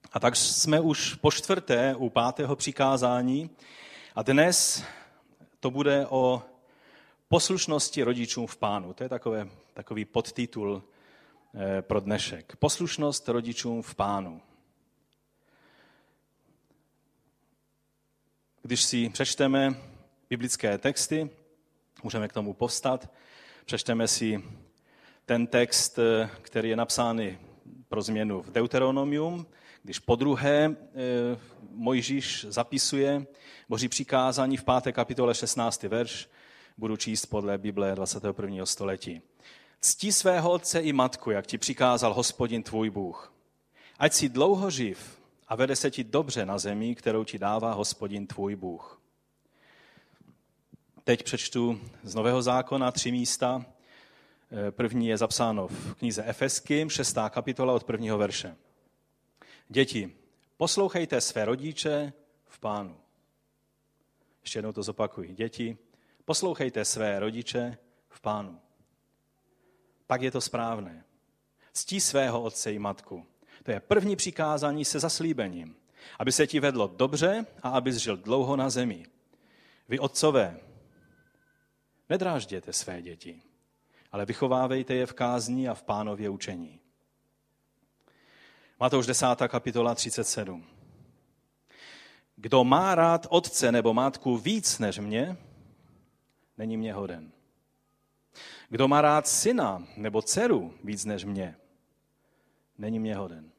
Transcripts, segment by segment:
A tak jsme už po čtvrté u 5. přikázání a dnes to bude o poslušnosti rodičům v Pánu. To je takový podtitul pro dnešek. Poslušnost rodičům v Pánu. Když si přečteme biblické texty, můžeme k tomu povstat, přečteme si ten text, který je napsány pro změnu v Deuteronomium, když podruhé Mojžíš zapisuje Boží přikázání v 5. kapitole 16. verš, budu číst podle Bible 21. století. Cti svého otce i matku, jak ti přikázal Hospodin tvůj Bůh. Ať si dlouho živ a vede se ti dobře na zemi, kterou ti dává Hospodin tvůj Bůh. Teď přečtu z Nového zákona 3 místa. První je zapsáno v knize Efeským, 6. kapitola od 1. verše. Děti, poslouchejte své rodiče v Pánu. Ještě jednou to zopakuji. Děti, poslouchejte své rodiče v Pánu. Pak je to správné. Cti svého otce i matku. To je první přikázání se zaslíbením. Aby se ti vedlo dobře a abys žil dlouho na zemi. Vy otcové, nedrážděte své děti, ale vychovávejte je v kázni a v Pánově učení. Matouš 10. kapitola 37. Kdo má rád otce nebo matku víc než mě, není mě hoden. Kdo má rád syna nebo dceru víc než mě, není mě hoden.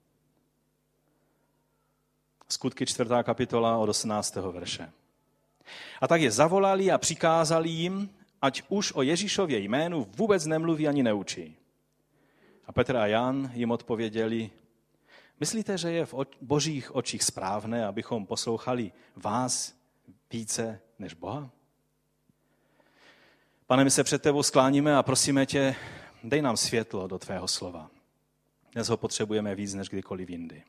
Skutky 4. kapitola od 18. verše. A tak je zavolali a přikázali jim, ať už o Ježíšově jménu vůbec nemluví ani neučí. A Petr a Jan jim odpověděli, myslíte, že je v Božích očích správné, abychom poslouchali vás více než Boha? Pane, my se před tebou skláníme a prosíme tě, dej nám světlo do tvého slova. Dnes ho potřebujeme víc než kdykoliv jindy.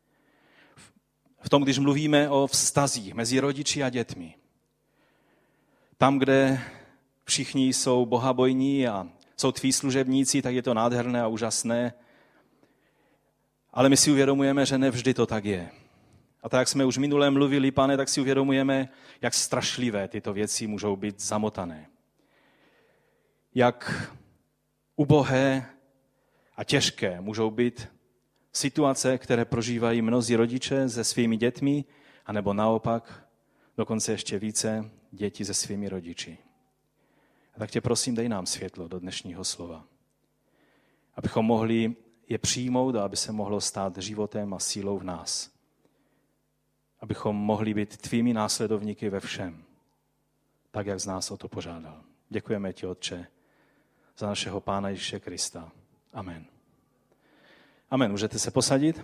V tom, když mluvíme o vztazích mezi rodiči a dětmi, tam, kde všichni jsou bohabojní a jsou tví služebníci, tak je to nádherné a úžasné. Ale my si uvědomujeme, že nevždy to tak je. A tak, jak jsme už minule mluvili, Pane, tak si uvědomujeme, jak strašlivé tyto věci můžou být zamotané. Jak ubohé a těžké můžou být situace, které prožívají mnozí rodiče se svými dětmi, anebo naopak, dokonce ještě více, děti se svými rodiči. A tak tě prosím, dej nám světlo do dnešního slova. Abychom mohli je přijmout a aby se mohlo stát životem a sílou v nás. Abychom mohli být tvými následovníky ve všem, tak, jak z nás o to požádal. Děkujeme ti, Otče, za našeho Pána Ježíše Krista. Amen. Amen. Můžete se posadit?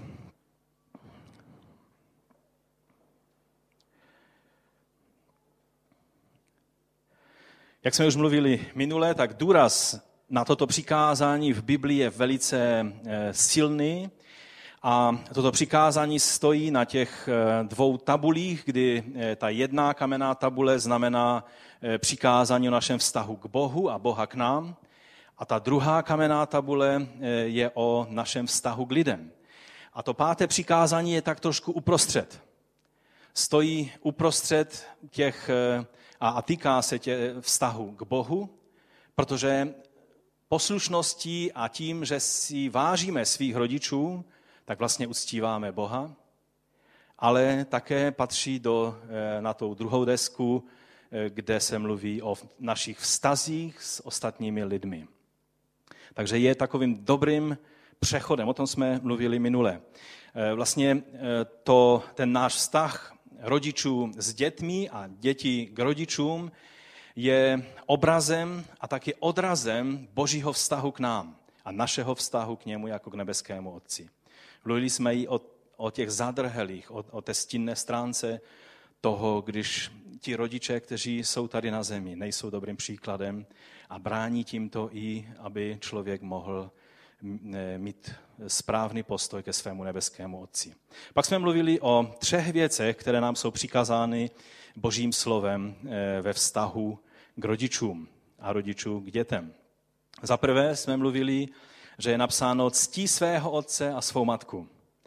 Jak jsme už mluvili minule, tak důraz na toto přikázání v Biblii je velice silný a toto přikázání stojí na těch 2 tabulích, kdy ta jedna kamenná tabule znamená přikázání o našem vztahu k Bohu a Boha k nám a ta druhá kamenná tabule je o našem vztahu k lidem. A to 5. přikázání je tak trošku uprostřed. Stojí uprostřed těch a týká se vztahu k Bohu, protože poslušností a tím, že si vážíme svých rodičů, tak vlastně uctíváme Boha, ale také patří na tou druhou desku, kde se mluví o našich vztazích s ostatními lidmi. Takže je takovým dobrým přechodem, o tom jsme mluvili minule. Vlastně ten náš vztah rodičů s dětmi a děti k rodičům je obrazem a taky odrazem Božího vztahu k nám a našeho vztahu k němu jako k nebeskému Otci. Mluvili jsme i o těch zadrhelých, o té stinné stránce toho, když ti rodiče, kteří jsou tady na zemi, nejsou dobrým příkladem a brání tímto i, aby člověk mohl mít správný postoj ke svému nebeskému Otci. Pak jsme mluvili o 3 věcech, které nám jsou přikázány Božím slovem ve vztahu k rodičům a rodičů k dětem. Za prvé jsme mluvili, že je napsáno cti svého otce a svou matku.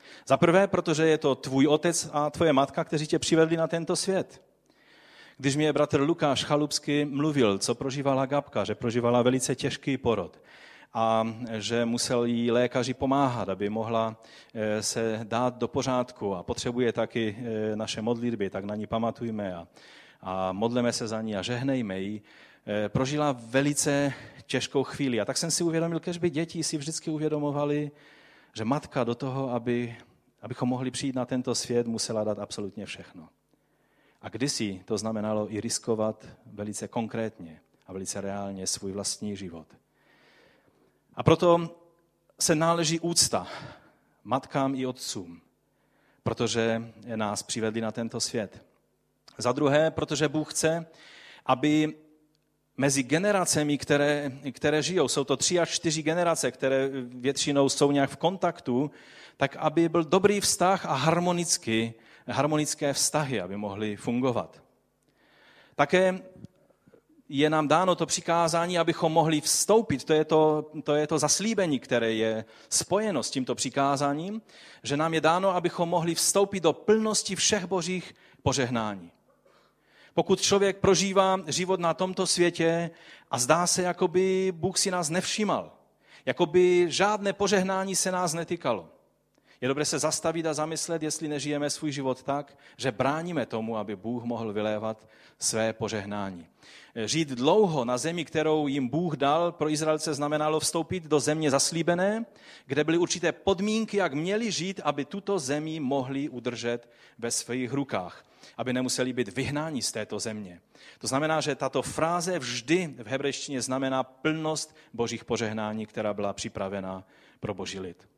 Za prvé, protože je to tvůj otec a tvoje matka, kteří tě přivedli na tento svět. Když mě bratr Lukáš Chalupsky mluvil, co prožívala Gabka, že prožívala velice těžký porod a že musel jí lékaři pomáhat, aby mohla se dát do pořádku a potřebuje taky naše modlitby, tak na ní pamatujme a modleme se za ní a žehnejme jí, prožila velice těžkou chvíli. A tak jsem si uvědomil, kežby děti si vždycky uvědomovali, že matka do toho, abychom mohli přijít na tento svět, musela dát absolutně všechno. A kdysi to znamenalo i riskovat velice konkrétně a velice reálně svůj vlastní život. A proto se náleží úcta matkám i otcům, protože nás přivedli na tento svět. Za druhé, protože Bůh chce, aby mezi generacemi, které žijou, jsou to 3 až 4 generace, které většinou jsou nějak v kontaktu, tak aby byl dobrý vztah a harmonické vztahy, aby mohly fungovat. Také je nám dáno to přikázání, abychom mohli vstoupit, to je to zaslíbení, které je spojeno s tímto přikázáním, že nám je dáno, abychom mohli vstoupit do plnosti všech božích požehnání. Pokud člověk prožívá život na tomto světě a zdá se, jako by Bůh si nás nevšímal, jako by žádné požehnání se nás netýkalo, je dobré se zastavit a zamyslet, jestli nežijeme svůj život tak, že bráníme tomu, aby Bůh mohl vylévat své požehnání. Žít dlouho na zemi, kterou jim Bůh dal, pro Izraelce znamenalo vstoupit do země zaslíbené, kde byly určité podmínky, jak měli žít, aby tuto zemi mohli udržet ve svých rukách, aby nemuseli být vyhnáni z této země. To znamená, že tato fráze vždy v hebrejštině znamená plnost božích požehnání, která byla připravena pro boží lid.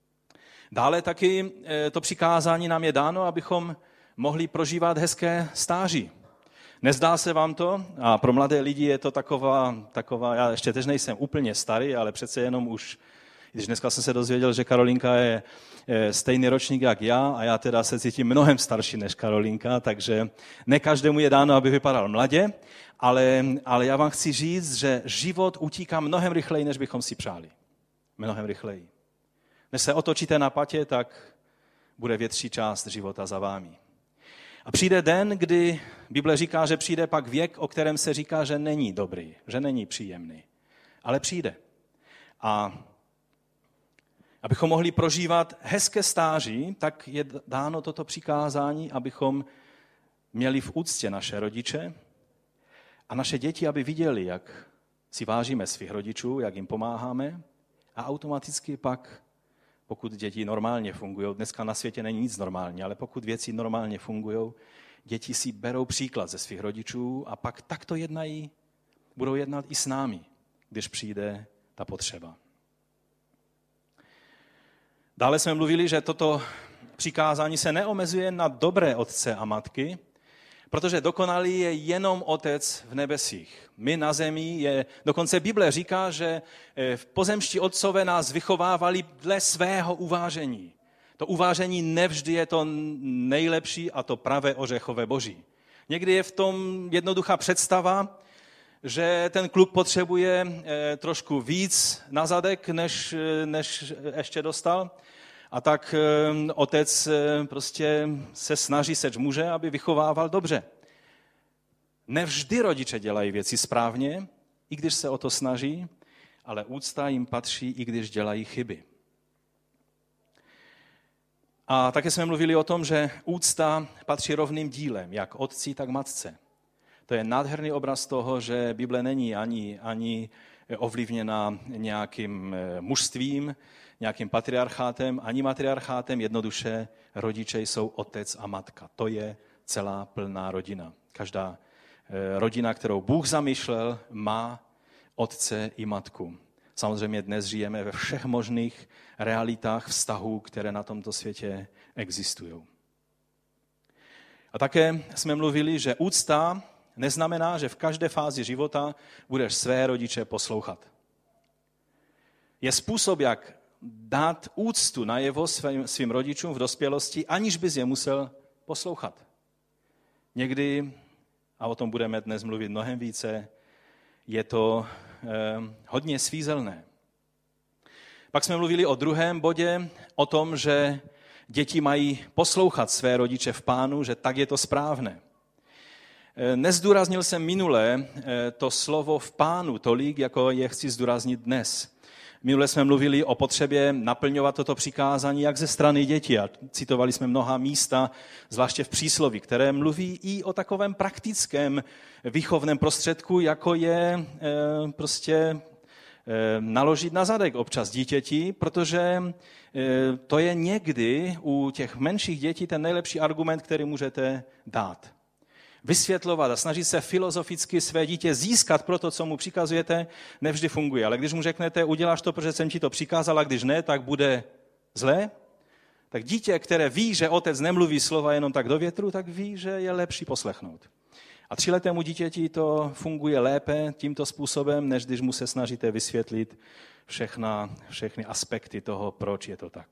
Dále taky to přikázání nám je dáno, abychom mohli prožívat hezké stáří. Nezdá se vám to? A pro mladé lidi je to taková, já ještě teď nejsem úplně starý, ale přece jenom už, když dneska jsem se dozvěděl, že Karolinka je stejný ročník jak já a já teda se cítím mnohem starší než Karolinka, takže ne každému je dáno, aby vypadal mladě, ale já vám chci říct, že život utíká mnohem rychleji, než bychom si přáli. Mnohem rychleji. Než se otočíte na patě, tak bude větší část života za vámi. A přijde den, kdy Bible říká, že přijde pak věk, o kterém se říká, že není dobrý, že není příjemný. Ale přijde. A abychom mohli prožívat hezké stáří, tak je dáno toto přikázání, abychom měli v úctě naše rodiče a naše děti, aby viděli, jak si vážíme svých rodičů, jak jim pomáháme a automaticky pak, pokud děti normálně fungují, dneska na světě není nic normální, ale pokud věci normálně fungují, děti si berou příklad ze svých rodičů a pak takto jednají, budou jednat i s námi, když přijde ta potřeba. Dále jsme mluvili, že toto přikázání se neomezuje na dobré otce a matky, protože dokonalý je jenom Otec v nebesích. My na zemi dokonce Bible říká, že pozemští otcové nás vychovávali dle svého uvážení. To uvážení nevždy je to nejlepší a to pravé ořechové boží. Někdy je v tom jednoduchá představa, že ten kluk potřebuje trošku víc na zadek, než ještě dostal. A tak otec prostě se snaží, seč může, aby vychovával dobře. Nevždy rodiče dělají věci správně, i když se o to snaží, ale úcta jim patří, i když dělají chyby. A také jsme mluvili o tom, že úcta patří rovným dílem, jak otci, tak matce. To je nádherný obraz toho, že Bible není ani ovlivněna nějakým mužstvím, nějakým patriarchátem, ani matriarchátem, jednoduše rodiče jsou otec a matka. To je celá plná rodina. Každá rodina, kterou Bůh zamýšlel, má otce i matku. Samozřejmě dnes žijeme ve všech možných realitách vztahů, které na tomto světě existují. A také jsme mluvili, že úcta neznamená, že v každé fázi života budeš své rodiče poslouchat. Je způsob, jak dát úctu najevo svým rodičům v dospělosti, aniž bys je musel poslouchat. Někdy, a o tom budeme dnes mluvit mnohem více, je to hodně svízelné. Pak jsme mluvili o druhém bodě, o tom, že děti mají poslouchat své rodiče v Pánu, že tak je to správné. Nezdůraznil jsem minule to slovo v Pánu tolik, jako je chci zdůraznit dnes. Minule jsme mluvili o potřebě naplňovat toto přikázání jak ze strany dětí a citovali jsme mnoha místa, zvláště v přísloví, které mluví i o takovém praktickém výchovném prostředku, jako je naložit na zadek občas dítěti, protože to je někdy u těch menších dětí ten nejlepší argument, který můžete dát. Vysvětlovat a snažit se filozoficky své dítě získat pro to, co mu přikazujete, nevždy funguje. Ale když mu řeknete, uděláš to, protože jsem ti to přikázal, a když ne, tak bude zlé, tak dítě, které ví, že otec nemluví slova jenom tak do větru, tak ví, že je lepší poslechnout. A 3letému dítěti to funguje lépe tímto způsobem, než když mu se snažíte vysvětlit všechny aspekty toho, proč je to tak.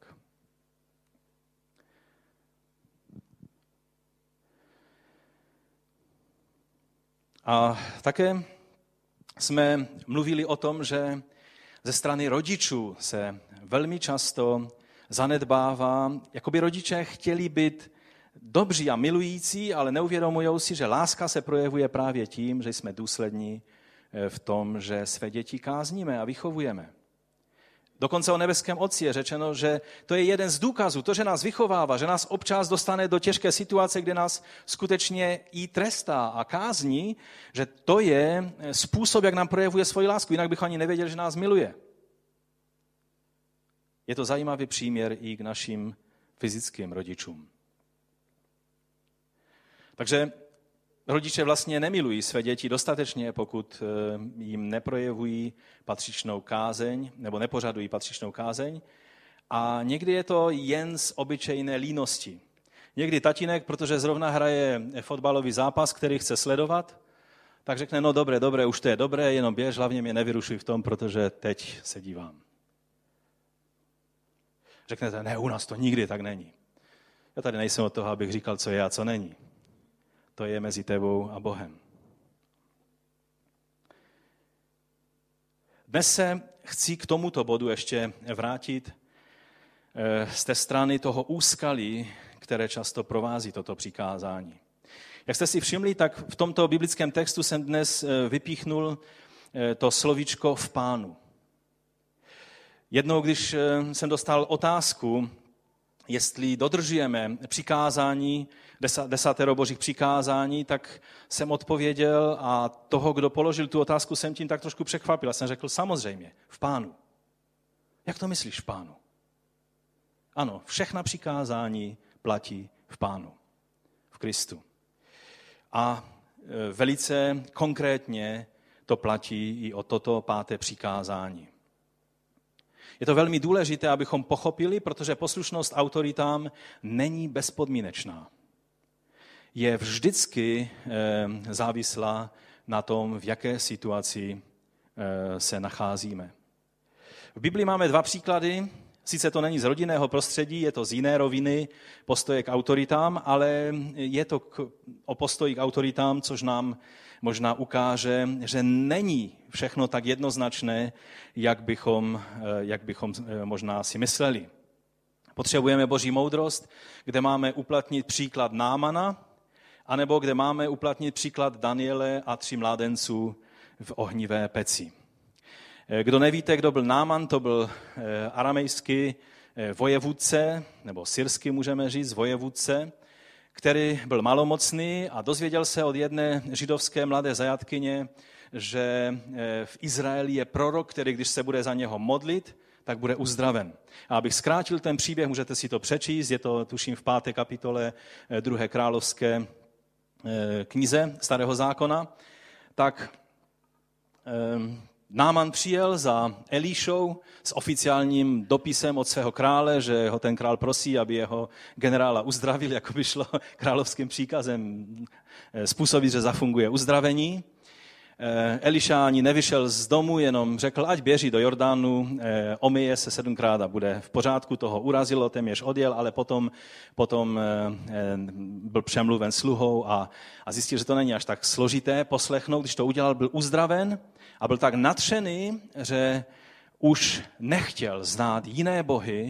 A také jsme mluvili o tom, že ze strany rodičů se velmi často zanedbává, jako by rodiče chtěli být dobří a milující, ale neuvědomují si, že láska se projevuje právě tím, že jsme důslední v tom, že své děti kázníme a vychovujeme. Dokonce o nebeském Otci je řečeno, že to je jeden z důkazů, to, že nás vychovává, že nás občas dostane do těžké situace, kde nás skutečně i trestá a kázní, že to je způsob, jak nám projevuje svoji lásku, jinak bychom ani nevěděli, že nás miluje. Je to zajímavý příměr i k našim fyzickým rodičům. Takže rodiče vlastně nemilují své děti dostatečně, pokud jim neprojevují patřičnou kázeň nebo nepořadují patřičnou kázeň. A někdy je to jen z obyčejné línosti. Někdy tatínek, protože zrovna hraje fotbalový zápas, který chce sledovat, tak řekne, no dobré, už to je dobré, jenom běž, hlavně mě nevyrušuj v tom, protože teď se dívám. Řeknete, ne, u nás to nikdy tak není. Já tady nejsem od toho, abych říkal, co je a co není. To je mezi tebou a Bohem. Dnes se chci k tomuto bodu ještě vrátit z té strany toho úskalí, které často provází toto přikázání. Jak jste si všimli, tak v tomto biblickém textu jsem dnes vypíchnul to slovíčko v Pánu. Jednou, když jsem dostal otázku, jestli dodržujeme přikázání, 10 božích přikázání, tak jsem odpověděl a toho, kdo položil tu otázku, jsem tím tak trošku překvapil. A jsem řekl, samozřejmě, v Pánu. Jak to myslíš v Pánu? Ano, všechna přikázání platí v Pánu, v Kristu. A velice konkrétně to platí i o toto 5. přikázání. Je to velmi důležité, abychom pochopili, protože poslušnost autoritám není bezpodmínečná. Je vždycky závislá na tom, v jaké situaci se nacházíme. V Biblii máme 2 příklady, sice to není z rodinného prostředí, je to z jiné roviny postoje k autoritám, ale je to o postoji k autoritám, což nám možná ukáže, že není všechno tak jednoznačné, jak bychom možná si mysleli. Potřebujeme Boží moudrost, kde máme uplatnit příklad Námana, anebo kde máme uplatnit příklad Daniele a 3 mládenců v ohnivé peci. Kdo nevíte, kdo byl Náman, to byl aramejský vojevůdce, nebo syrský můžeme říct, vojevůdce, který byl malomocný a dozvěděl se od jedné židovské mladé zajatkyně, že v Izraeli je prorok, který když se bude za něho modlit, tak bude uzdraven. A abych zkrátil ten příběh, můžete si to přečíst, je to tuším v 5. kapitole 2. královské knize Starého zákona, tak Náman přijel za Elíšou s oficiálním dopisem od svého krále, že ho ten král prosí, aby jeho generála uzdravil, jako by šlo královským příkazem způsobit, že zafunguje uzdravení. Eliša ani nevyšel z domu, jenom řekl, ať běží do Jordánu, omyje se 7krát a bude v pořádku, toho urazilo, téměř odjel, ale potom byl přemluven sluhou a zjistil, že to není až tak složité poslechnout. Když to udělal, byl uzdraven a byl tak nadšený, že už nechtěl znát jiné bohy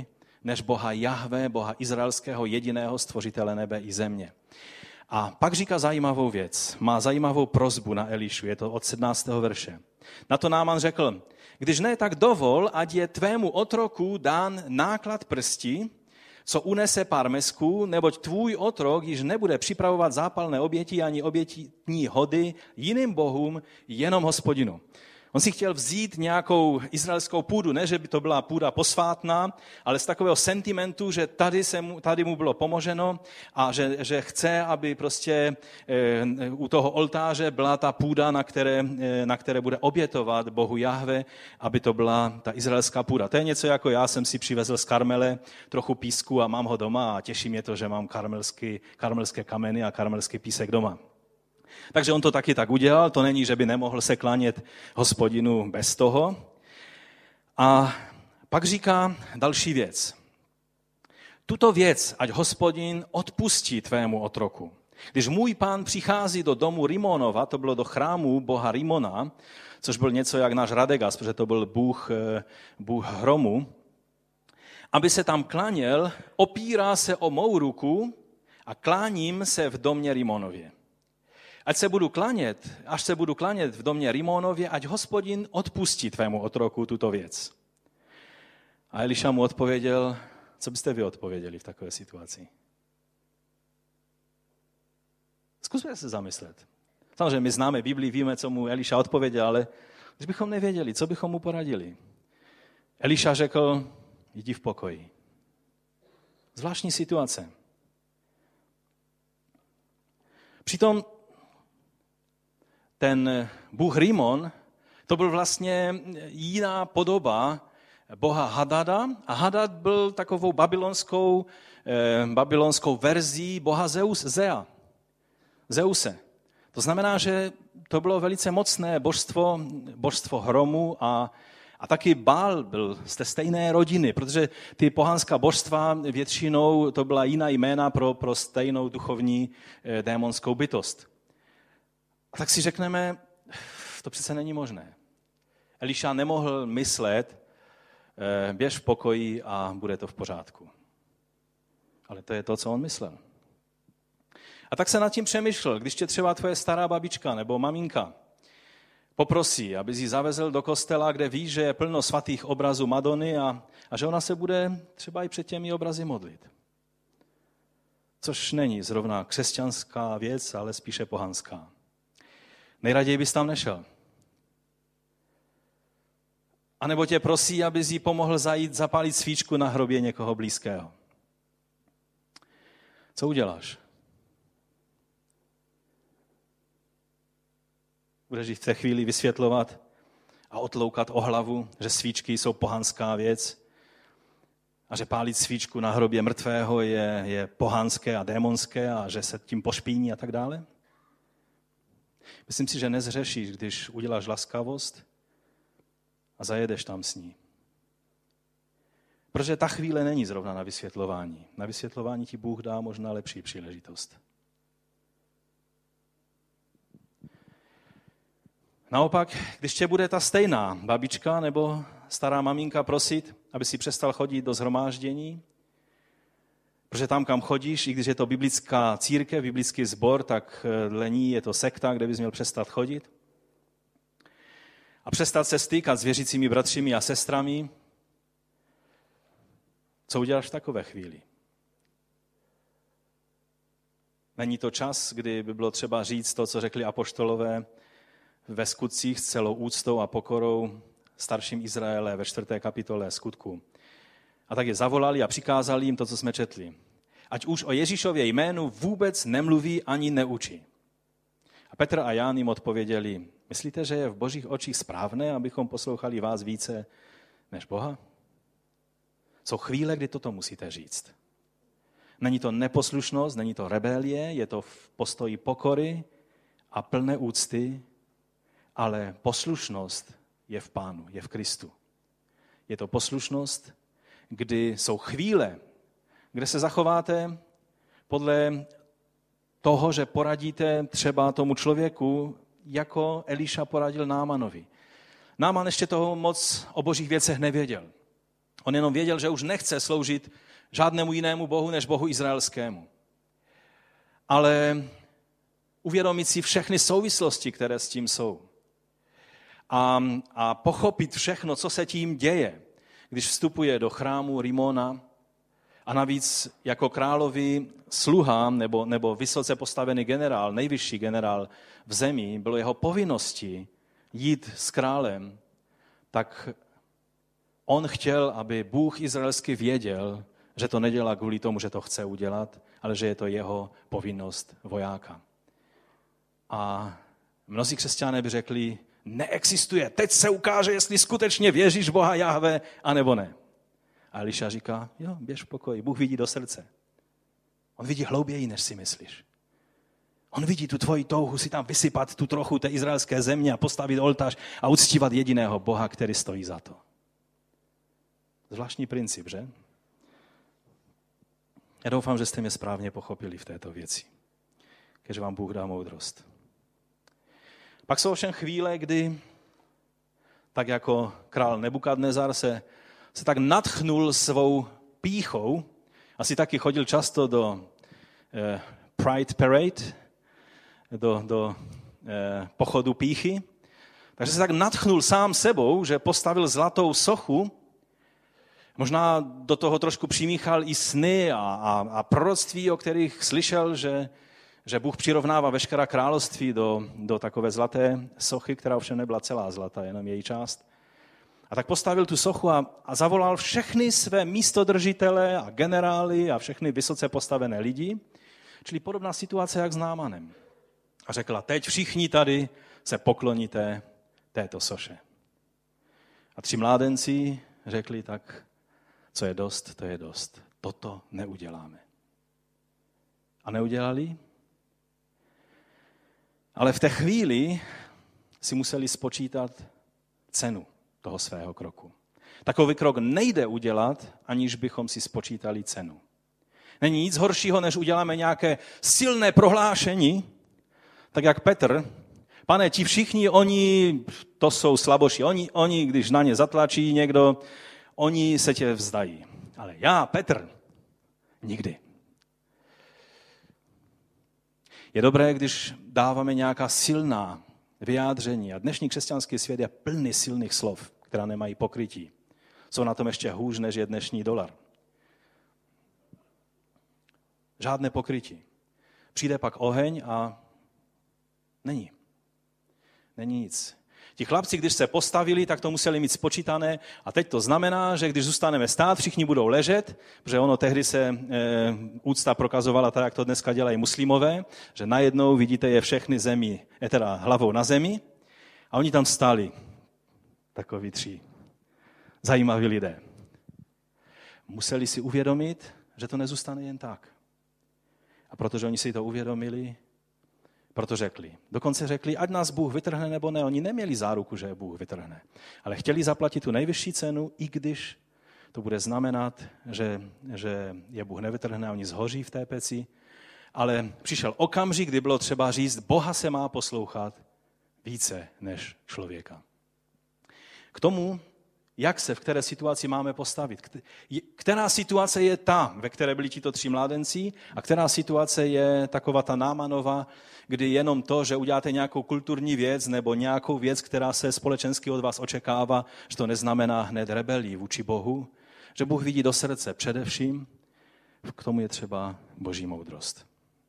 než Boha Jahve, Boha izraelského, jediného stvořitele nebe i země. A pak říká zajímavou věc. Má zajímavou prosbu na Elišu, je to od 17. verše. Na to Náman řekl, když ne, tak dovol, ať je tvému otroku dán náklad prsti, co unese pár mesků, neboť tvůj otrok již nebude připravovat zápalné oběti ani obětní hody jiným bohům, jenom Hospodinu. On si chtěl vzít nějakou izraelskou půdu, ne, že by to byla půda posvátná, ale z takového sentimentu, že tady mu bylo pomoženo a že chce, aby prostě u toho oltáře byla ta půda, na které bude obětovat Bohu Jahve, aby to byla ta izraelská půda. To je něco jako já jsem si přivezl z Karmele trochu písku a mám ho doma a těší mě to, že mám karmelské kameny a karmelský písek doma. Takže on to taky tak udělal, to není, že by nemohl se klanět Hospodinu bez toho. A pak říká další věc. Tuto věc, ať Hospodin odpustí tvému otroku. Když můj pán přichází do domu Rimonova, to bylo do chrámu boha Rimona, což byl něco jak náš Radegas, protože to byl bůh hromu, aby se tam klaněl, opírá se o mou ruku a kláním se v domě Rimonově. Až se budu klanět v domě Rimonově, ať Hospodin odpustí tvému otroku tuto věc. A Eliša mu odpověděl, co byste vy odpověděli v takové situaci? Zkusme se zamyslet. Samozřejmě my známe Biblii, víme, co mu Eliša odpověděl, ale když bychom nevěděli, co bychom mu poradili? Eliša řekl, jdi v pokoji. Zvláštní situace. Přitom ten bůh Rimon, to byl vlastně jiná podoba boha Hadada a Hadad byl takovou babylonskou verzí boha Zeuse. To znamená, že to bylo velice mocné božstvo hromu a taky Baal byl z té stejné rodiny, protože ty pohanská božstva většinou to byla jiná jména pro stejnou duchovní démonskou bytost. A tak si řekneme, to přece není možné. Eliša nemohl myslet, běž v pokoji a bude to v pořádku. Ale to je to, co on myslel. A tak se nad tím přemýšlel, když tě třeba tvoje stará babička nebo maminka poprosí, aby ji zavezl do kostela, kde ví, že je plno svatých obrazů Madony a že ona se bude třeba i před těmi obrazy modlit. Což není zrovna křesťanská věc, ale spíše pohanská. Nejraději bys tam nešel. A nebo tě prosí, abys jí pomohl zajít zapálit svíčku na hrobě někoho blízkého. Co uděláš? Budeš jí v té chvíli vysvětlovat a otloukat o hlavu, že svíčky jsou pohanská věc a že pálit svíčku na hrobě mrtvého je pohanské a démonské a že se tím pošpíní a tak dále? Myslím si, že nezřešíš, když uděláš laskavost a zajedeš tam s ní. Protože ta chvíle není zrovna na vysvětlování. Na vysvětlování ti Bůh dá možná lepší příležitost. Naopak, když tě bude ta stejná babička nebo stará maminka prosit, aby si přestal chodit do shromáždění, protože tam, kam chodíš, i když je to biblická církev, biblický sbor, tak dle ní je to sekta, kde bys měl přestat chodit. A přestat se stýkat s věřícími bratřími a sestrami. Co uděláš v takové chvíli? Není to čas, kdy by bylo třeba říct to, co řekli apoštolové ve skutcích s celou úctou a pokorou starším Izraele ve 4. kapitole Skutků. A tak je zavolali a přikázali jim to, co jsme četli. Ať už o Ježíšově jménu vůbec nemluví ani neučí. A Petr a Jan jim odpověděli, myslíte, že je v Božích očích správné, abychom poslouchali vás více než Boha? Jsou chvíle, kdy toto musíte říct. Není to neposlušnost, není to rebelie, je to v postoji pokory a plné úcty, ale poslušnost je v Pánu, je v Kristu. Je to poslušnost, kdy jsou chvíle, kde se zachováte podle toho, že poradíte třeba tomu člověku, jako Eliša poradil Námanovi. Náman ještě toho moc o božích věcech nevěděl. On jenom věděl, že už nechce sloužit žádnému jinému bohu, než bohu izraelskému. Ale uvědomit si všechny souvislosti, které s tím jsou. A pochopit všechno, co se tím děje, když vstupuje do chrámu Rimona a navíc jako královi sluha nebo vysoce postavený generál, nejvyšší generál v zemi, bylo jeho povinností jít s králem, tak on chtěl, aby Bůh izraelský věděl, že to nedělá kvůli tomu, že to chce udělat, ale že je to jeho povinnost vojáka. A mnozí křesťané by řekli, neexistuje, teď se ukáže, jestli skutečně věříš Boha Jahve, anebo ne. A Eliša říká, jo, běž v pokoji, Bůh vidí do srdce. On vidí hlouběji, než si myslíš. On vidí tu tvoji touhu si tam vysypat tu trochu té izraelské země a postavit oltář a uctívat jediného Boha, který stojí za to. Zvláštní princip, že? Já doufám, že jste mě správně pochopili v této věci. Keďže vám Bůh dá moudrost. Pak jsou ovšem chvíle, kdy, tak jako král Nebukadnezar se tak nadchnul svou pýchou, asi taky chodil často do Pride Parade, do pochodu pýchy, takže se tak nadchnul sám sebou, že postavil zlatou sochu, možná do toho trošku přimíchal i sny a proroctví, o kterých slyšel, že Bůh přirovnává veškerá království do takové zlaté sochy, která ovšem nebyla celá zlatá, jenom její část. A tak postavil tu sochu a zavolal všechny své místodržitele a generály a všechny vysoce postavené lidi, čili podobná situace jak s Námanem. A řekla, teď všichni tady se pokloníte této soše. A 3 mládenci řekli, tak co je dost, to je dost. Toto neuděláme. A neudělali? Ale v té chvíli si museli spočítat cenu toho svého kroku. Takový krok nejde udělat, aniž bychom si spočítali cenu. Není nic horšího, než uděláme nějaké silné prohlášení, tak jak Petr. Pane, ti všichni, oni, to jsou slaboši, oni, když na ně zatlačí někdo, oni se tě vzdají. Ale já, Petr, nikdy. Je dobré, když dáváme nějaká silná vyjádření. A dnešní křesťanský svět je plný silných slov, která nemají pokrytí. Jsou na tom ještě hůř, než je dnešní dolar. Žádné pokrytí. Přijde pak oheň a není. Není nic. Ti chlapci, když se postavili, tak to museli mít spočítané a teď to znamená, že když zůstaneme stát, všichni budou ležet, protože ono tehdy se úcta prokazovala tak, jak to dneska dělají muslimové, že najednou vidíte je všechny zemi, teda hlavou na zemi a oni tam stáli, takoví 3 zajímaví lidé. Museli si uvědomit, že to nezůstane jen tak. A protože oni si to uvědomili, proto řekli. Dokonce řekli, ať nás Bůh vytrhne nebo ne. Oni neměli záruku, že Bůh vytrhne. Ale chtěli zaplatit tu nejvyšší cenu, i když to bude znamenat, že je Bůh nevytrhne a oni zhoří v té peci. Ale přišel okamžik, kdy bylo třeba říct, Boha se má poslouchat více než člověka. K tomu, jak se v které situaci máme postavit. Která situace je ta, ve které byli tito 3 mládenci a která situace je taková ta Námanova, kdy jenom to, že uděláte nějakou kulturní věc nebo nějakou věc, která se společensky od vás očekává, že to neznamená hned rebelii vůči Bohu, že Bůh vidí do srdce především, k tomu je třeba boží moudrost.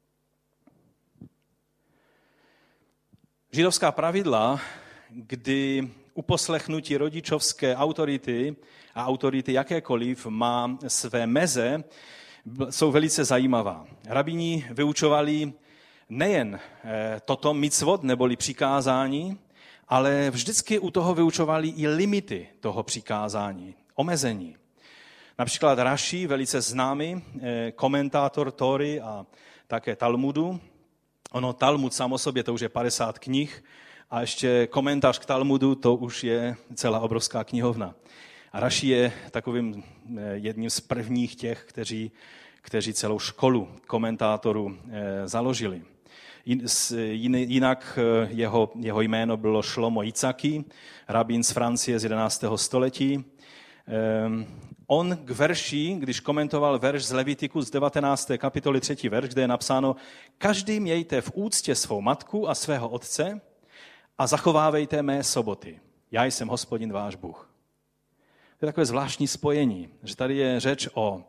Židovská pravidla, kdy uposlechnutí rodičovské autority a autority jakékoliv má své meze, jsou velice zajímavá. Rabíni vyučovali nejen toto micvot, neboli přikázání, ale vždycky u toho vyučovali i limity toho přikázání, omezení. Například Raši, velice známý komentátor Tóry a také Talmudu. Ono Talmud sám o sobě, to už je 50 knih, a ještě komentář k Talmudu, to už je celá obrovská knihovna. A Raši je takovým jedním z prvních těch, kteří celou školu komentátorů založili. Jinak jeho jméno bylo Šlomo Jicaki, rabín z Francie z 11. století. On k verši, když komentoval verš z Levitiku z 19. kapitoly 3. verš, kde je napsáno: každý mějte v úctě svou matku a svého otce a zachovávejte mé soboty. Já jsem Hospodin váš Bůh. To je takové zvláštní spojení, že tady je řeč o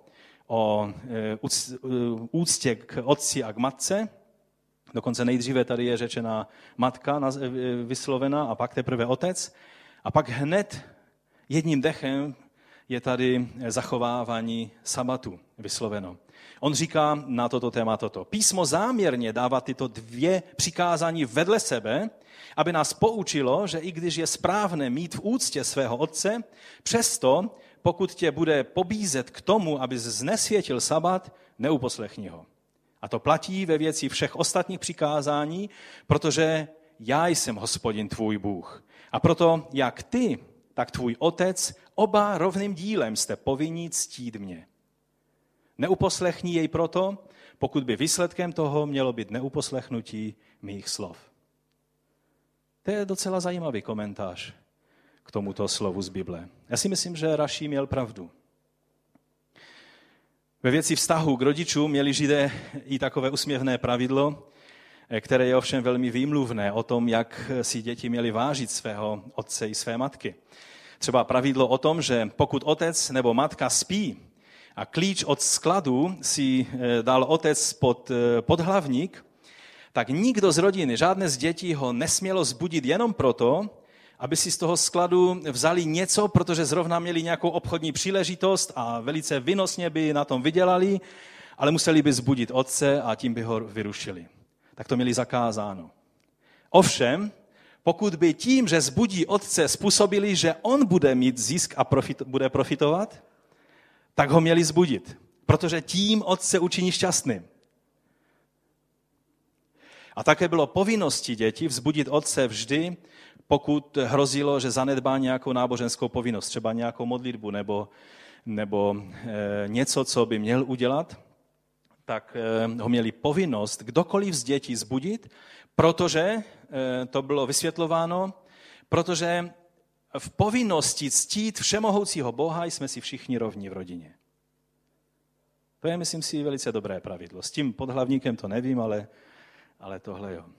úctě k otci a k matce. Dokonce nejdříve tady je řečená matka vyslovena a pak teprve otec. A pak hned jedním dechem je tady zachovávání sabatu vysloveno. On říká na toto téma toto. Písmo záměrně dává tyto dvě přikázání vedle sebe, aby nás poučilo, že i když je správné mít v úctě svého otce, přesto, pokud tě bude pobízet k tomu, abys znesvětil sabat, neuposlechni ho. A to platí ve věci všech ostatních přikázání, protože já jsem Hospodin tvůj Bůh. A proto jak ty, tak tvůj otec, oba rovným dílem jste povinni ctít mě. Neuposlechni jej proto, pokud by výsledkem toho mělo být neuposlechnutí mých slov. To je docela zajímavý komentář k tomuto slovu z Bible. Já si myslím, že Raší měl pravdu. Ve věci vztahu k rodičům měli Židé i takové usměvné pravidlo, které je ovšem velmi výmluvné o tom, jak si děti měly vážit svého otce i své matky. Třeba pravidlo o tom, že pokud otec nebo matka spí a klíč od skladu si dal otec pod hlavník, tak nikdo z rodiny, žádné z dětí ho nesmělo zbudit jenom proto, aby si z toho skladu vzali něco, protože zrovna měli nějakou obchodní příležitost a velice výnosně by na tom vydělali, ale museli by zbudit otce a tím by ho vyrušili. Tak to měli zakázáno. Ovšem, pokud by tím, že zbudí otce, způsobili, že on bude mít zisk a bude profitovat, tak ho měli zbudit, protože tím otce učiní šťastným. A také bylo povinností dětí vzbudit otce vždy, pokud hrozilo, že zanedbá nějakou náboženskou povinnost, třeba nějakou modlitbu nebo něco, co by měl udělat, tak ho měli povinnost kdokoliv z dětí zbudit, protože to bylo vysvětlováno, protože v povinnosti ctít všemohoucího Boha jsme si všichni rovní v rodině. To je, myslím si, velice dobré pravidlo. S tím podhlavníkem to nevím, ale tohle jo.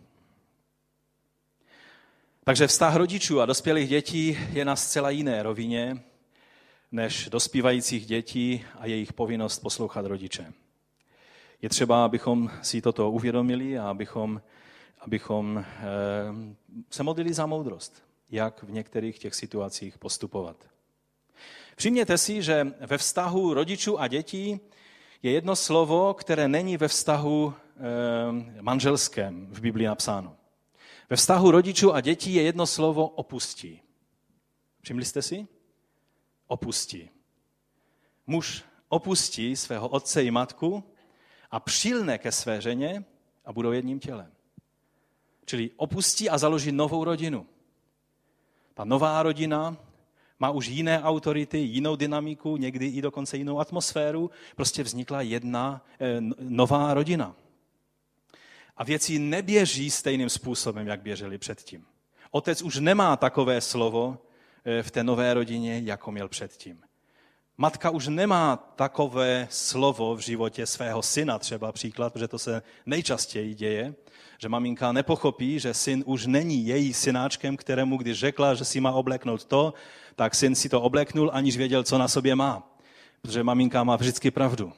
Takže vztah rodičů a dospělých dětí je na zcela jiné rovině než dospívajících dětí a jejich povinnost poslouchat rodiče. Je třeba, abychom si toto uvědomili a abychom se modlili za moudrost, jak v některých těch situacích postupovat. Všimněte si, že ve vztahu rodičů a dětí je jedno slovo, které není ve vztahu manželském v Biblii napsáno. Ve vztahu rodičů a dětí je jedno slovo opustí. Všimli jste si? Opustí. Muž opustí svého otce i matku a přilne ke své ženě a budou jedním tělem. Čili opustí a založí novou rodinu. Ta nová rodina má už jiné autority, jinou dynamiku, někdy i dokonce jinou atmosféru. Prostě vznikla jedna nová rodina. A věci neběží stejným způsobem, jak běžely předtím. Otec už nemá takové slovo v té nové rodině, jako měl předtím. Matka už nemá takové slovo v životě svého syna, třeba příklad, protože to se nejčastěji děje, že maminka nepochopí, že syn už není její synáčkem, kterému když řekla, že si má obleknout to, tak syn si to obleknul, aniž věděl, co na sobě má. Protože maminka má vždycky pravdu.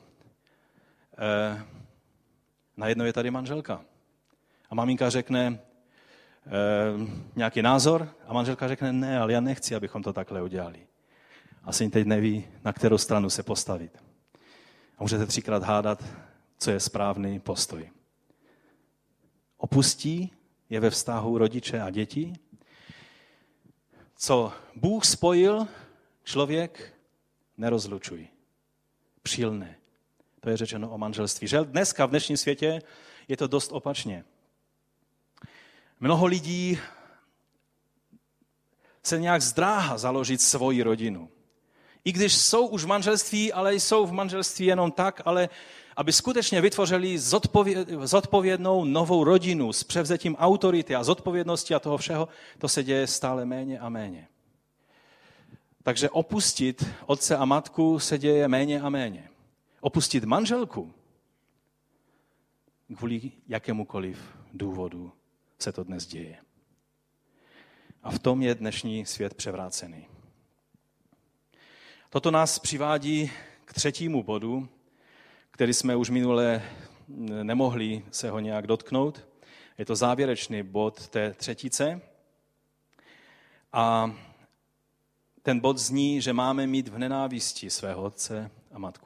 Najednou je tady manželka. A maminka řekne nějaký názor a manželka řekne, ne, ale já nechci, abychom to takhle udělali. A syn teď neví, na kterou stranu se postavit. A můžete 3krát hádat, co je správný postoj. Opustí je ve vztahu rodiče a děti. Co Bůh spojil, člověk nerozlučuj. Přilne. To je řečeno o manželství. Že dneska v dnešním světě je to dost opačně. Mnoho lidí se nějak zdráhá založit svoji rodinu. I když jsou už v manželství, ale jsou v manželství jenom tak, ale aby skutečně vytvořili zodpovědnou novou rodinu s převzetím autority a zodpovědnosti a toho všeho, to se děje stále méně a méně. Takže opustit otce a matku se děje méně a méně. Opustit manželku kvůli jakémukoliv důvodu se to dnes děje. A v tom je dnešní svět převrácený. Toto nás přivádí k třetímu bodu, který jsme už minule nemohli se ho nějak dotknout. Je to závěrečný bod té třetice. A ten bod zní, že máme mít v nenávisti svého otce a matku.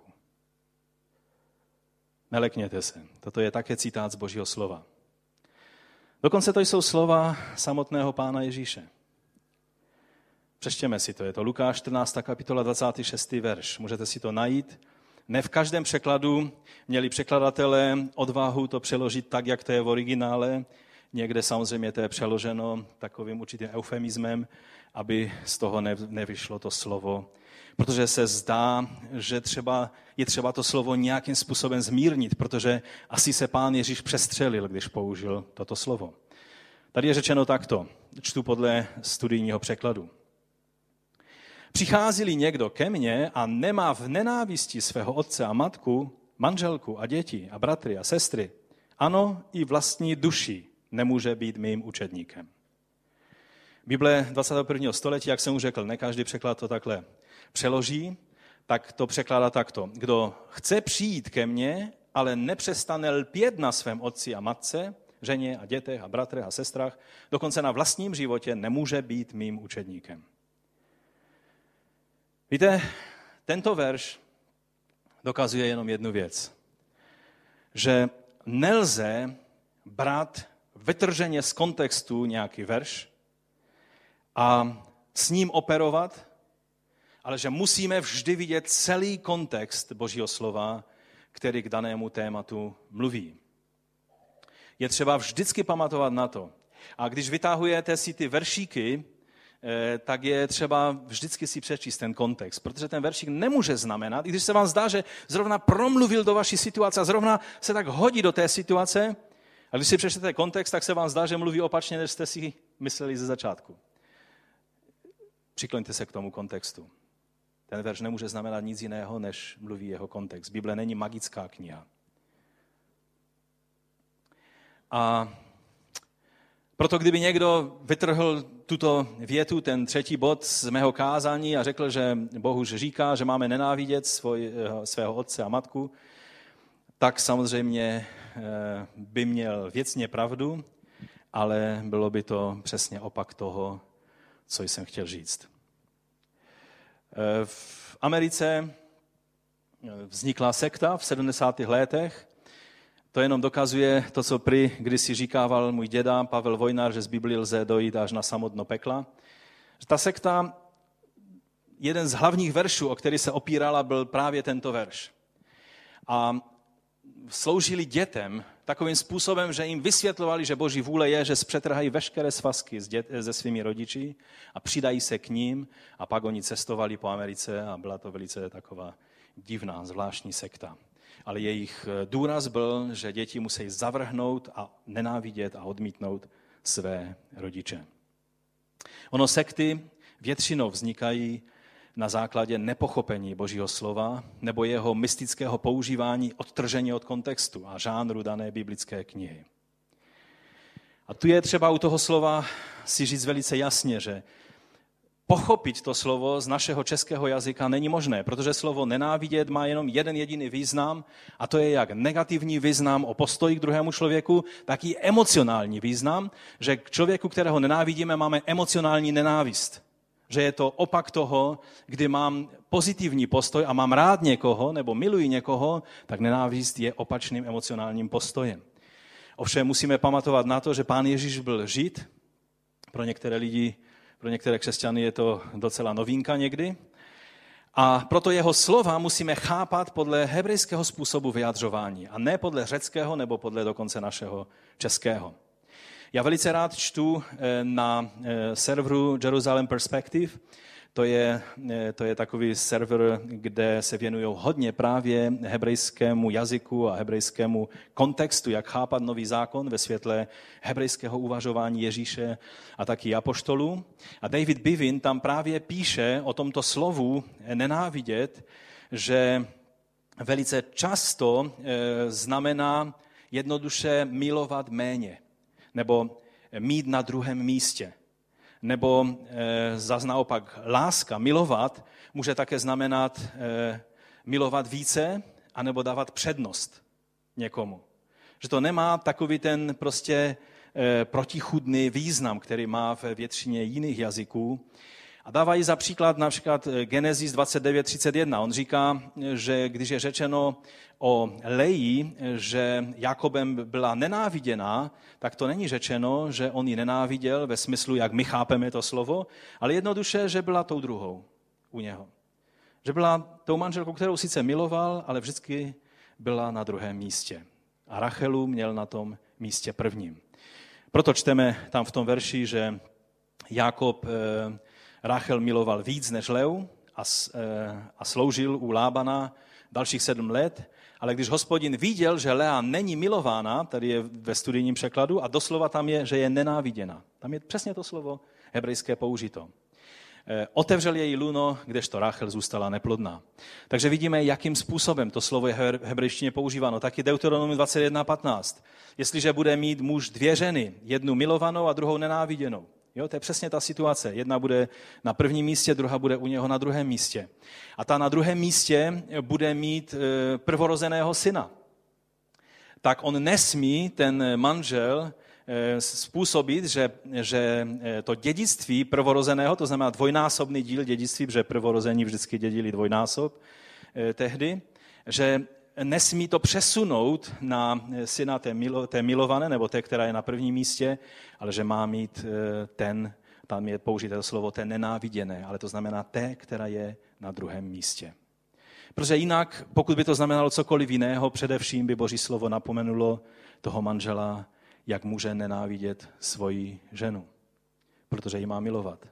Nelekněte se. Toto je také citát z Božího slova. Dokonce to jsou slova samotného Pána Ježíše. Přečtěme si to. Je to Lukáš 14. kapitola 26. verš. Můžete si to najít. Ne v každém překladu měli překladatelé odvahu to přeložit tak, jak to je v originále. Někde samozřejmě to je přeloženo takovým určitým eufemismem, aby z toho nevyšlo to slovo. Protože se zdá, že je třeba to slovo nějakým způsobem zmírnit, protože asi se Pán Ježíš přestřelil, když použil toto slovo. Tady je řečeno takto, čtu podle studijního překladu. Přichází-li někdo ke mně a nemá v nenávisti svého otce a matku, manželku a děti a bratry a sestry, ano, i vlastní duši nemůže být mým učedníkem. Bible 21. století, jak jsem už řekl, ne každý překlad to takhle přeloží, tak to překládá takto. Kdo chce přijít ke mně, ale nepřestane lpět na svém otci a matce, ženě a dětech a bratrech a sestrách, dokonce na vlastním životě nemůže být mým učedníkem. Víte, tento verš dokazuje jenom jednu věc. Že nelze brát vytrženě z kontextu nějaký verš a s ním operovat, ale že musíme vždy vidět celý kontext Božího slova, který k danému tématu mluví. Je třeba vždycky pamatovat na to. A když vytahujete si ty veršíky, tak je třeba vždycky si přečíst ten kontext, protože ten veršík nemůže znamenat, i když se vám zdá, že zrovna promluvil do vaší situace a zrovna se tak hodí do té situace, a když si přečtete kontext, tak se vám zdá, že mluví opačně, než jste si mysleli ze začátku. Přikloňte se k tomu kontextu. Ten verš nemůže znamenat nic jiného, než mluví jeho kontext. Bible není magická kniha. A proto kdyby někdo vytrhl tuto větu, ten třetí bod z mého kázání a řekl, že Bůh už říká, že máme nenávidět svého otce a matku, tak samozřejmě by měl věcně pravdu, ale bylo by to přesně opak toho, co jsem chtěl říct. V Americe vznikla sekta v 70. letech. To jenom dokazuje to, co kdysi říkával můj děda Pavel Vojnar, že z Biblii lze dojít až na samotno pekla. Ta sekta, jeden z hlavních veršů, o který se opírala, byl právě tento verš. A sloužili dětem takovým způsobem, že jim vysvětlovali, že Boží vůle je, že zpřetrhají veškeré svazky se svými rodiči a přidají se k ním a pak oni cestovali po Americe a byla to velice taková divná, zvláštní sekta. Ale jejich důraz byl, že děti musí zavrhnout a nenávidět a odmítnout své rodiče. Ono sekty většinou vznikají na základě nepochopení Božího slova nebo jeho mystického používání odtržení od kontextu a žánru dané biblické knihy. A tu je třeba u toho slova si říct velice jasně, že pochopit to slovo z našeho českého jazyka není možné, protože slovo nenávidět má jenom jeden jediný význam a to je jak negativní význam o postoji k druhému člověku, tak i emocionální význam, že k člověku, kterého nenávidíme, máme emocionální nenávist. Že je to opak toho, kdy mám pozitivní postoj a mám rád někoho nebo miluji někoho, tak nenávist je opačným emocionálním postojem. Ovšem musíme pamatovat na to, že Pán Ježíš byl Žid. Pro některé lidi, pro některé křesťany je to docela novinka někdy. A proto jeho slova musíme chápat podle hebrejského způsobu vyjadřování a ne podle řeckého nebo podle dokonce našeho českého. Já velice rád čtu na serveru Jerusalem Perspective to je takový server, kde se věnují hodně právě hebrejskému jazyku a hebrejskému kontextu, jak chápat nový zákon ve světle hebrejského uvažování Ježíše a taky apoštolů. A David Bivin tam právě píše o tomto slovu nenávidět, že velice často znamená jednoduše milovat méně, nebo mít na druhém místě. Nebo zas naopak láska, milovat, může také znamenat milovat více, anebo dávat přednost někomu. Že to nemá takový ten prostě protichůdný význam, který má ve většině jiných jazyků. A dávají za příklad například Genesis 29:31. On říká, že když je řečeno o Leji, že Jakobem byla nenáviděná, tak to není řečeno, že on ji nenáviděl ve smyslu, jak my chápeme to slovo, ale jednoduše, že byla tou druhou u něho. Že byla tou manželkou, kterou sice miloval, ale vždycky byla na druhém místě. A Rachelu měl na tom místě prvním. Proto čteme tam v tom verši, že Jakob Rachel miloval víc než Leu a sloužil u Lábana dalších 7 let, ale když Hospodin viděl, že Lea není milována, tady je ve studijním překladu, a doslova tam je, že je nenáviděna. Tam je přesně to slovo hebrejské použito. Otevřel její luno, kdežto Rachel zůstala neplodná. Takže vidíme, jakým způsobem to slovo je v hebrejštině používáno. Taky Deuteronomium 21:15. Jestliže bude mít muž 2 ženy, jednu milovanou a druhou nenáviděnou. Jo, to je přesně ta situace. Jedna bude na prvním místě, druhá bude u něho na druhém místě. A ta na druhém místě bude mít prvorozeného syna. Tak on nesmí, ten manžel, způsobit, že to dědictví prvorozeného, to znamená dvojnásobný díl dědictví, protože prvorození vždycky dědili dvojnásob tehdy, že nesmí to přesunout na syna té milované, nebo té, která je na prvním místě, ale že má mít tam je použité to slovo té nenáviděné, ale to znamená té, která je na druhém místě. Protože jinak, pokud by to znamenalo cokoliv jiného, především by Boží slovo napomenulo toho manžela, jak může nenávidět svoji ženu, protože ji má milovat.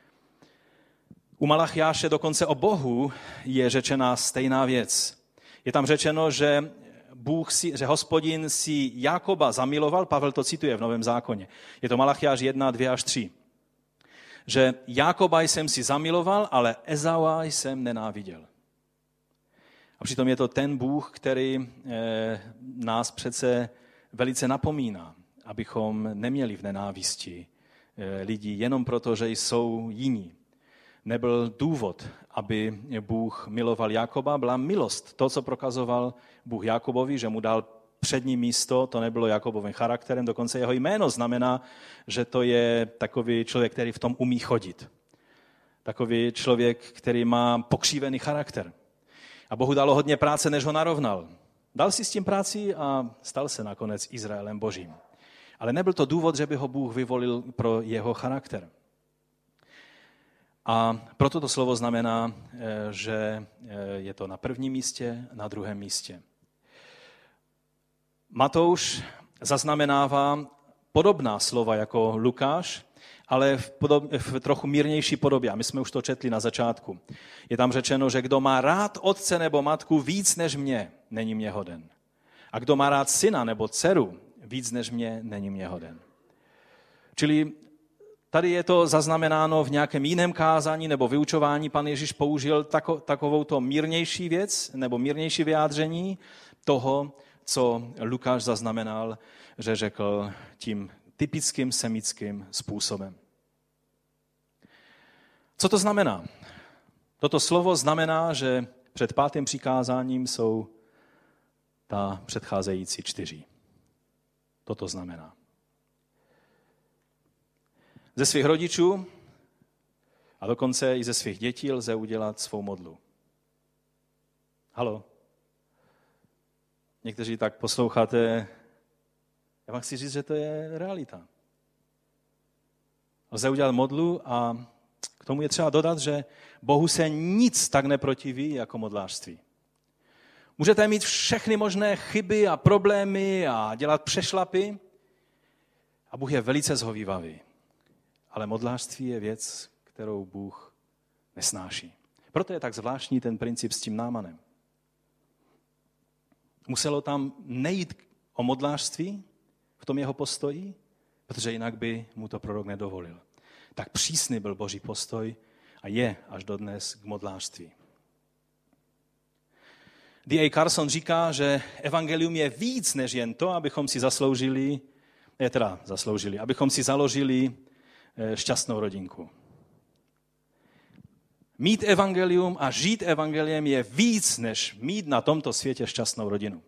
U Malachiáše dokonce o Bohu je řečena stejná věc. Je tam řečeno, že Hospodin si Jákoba zamiloval, Pavel to cituje v Novém zákoně. Je to Malachiáš 1, 2 až 3. Že Jákoba jsem si zamiloval, ale Ezaua jsem nenáviděl. A přitom je to ten Bůh, který nás přece velice napomíná, abychom neměli v nenávisti lidí jenom proto, že jsou jiní. Nebyl důvod, aby Bůh miloval Jákoba, byla milost. To, co prokazoval Bůh Jákobovi, že mu dal přední místo, to nebylo Jákobovým charakterem, dokonce jeho jméno znamená, že to je takový člověk, který v tom umí chodit. Takový člověk, který má pokřívený charakter. A Bohu dalo hodně práce, než ho narovnal. Dal si s tím práci a stal se nakonec Izraelem Božím. Ale nebyl to důvod, že by ho Bůh vyvolil pro jeho charakter. A proto to slovo znamená, že je to na prvním místě, na druhém místě. Matouš zaznamenává podobná slova jako Lukáš, ale v trochu mírnější podobě. A my jsme už to četli na začátku. Je tam řečeno, že kdo má rád otce nebo matku víc než mě, není mě hoden. A kdo má rád syna nebo dceru víc než mě, není mě hoden. Čili tady je to zaznamenáno v nějakém jiném kázání nebo vyučování. Pan Ježíš použil takovouto mírnější věc nebo mírnější vyjádření toho, co Lukáš zaznamenal, že řekl tím typickým semickým způsobem. Co to znamená? Toto slovo znamená, že před 5. přikázáním jsou ta předcházející 4. Toto znamená. Ze svých rodičů a dokonce i ze svých dětí lze udělat svou modlu. Haló? Někteří tak posloucháte. Já vám chci říct, že to je realita. Lze udělat modlu a k tomu je třeba dodat, že Bohu se nic tak neprotiví jako modlářství. Můžete mít všechny možné chyby a problémy a dělat přešlapy a Bůh je velice zhovívavý. Ale modlářství je věc, kterou Bůh nesnáší. Proto je tak zvláštní ten princip s tím Námanem. Muselo tam nejít o modlářství v tom jeho postoji, protože jinak by mu to prorok nedovolil. Tak přísný byl Boží postoj a je až dodnes k modlářství. D.A. Carson říká, že evangelium je víc než jen to, abychom si abychom si založili šťastnou rodinku. Mít evangelium a žít evangeliem je víc, než mít na tomto světě šťastnou rodinu.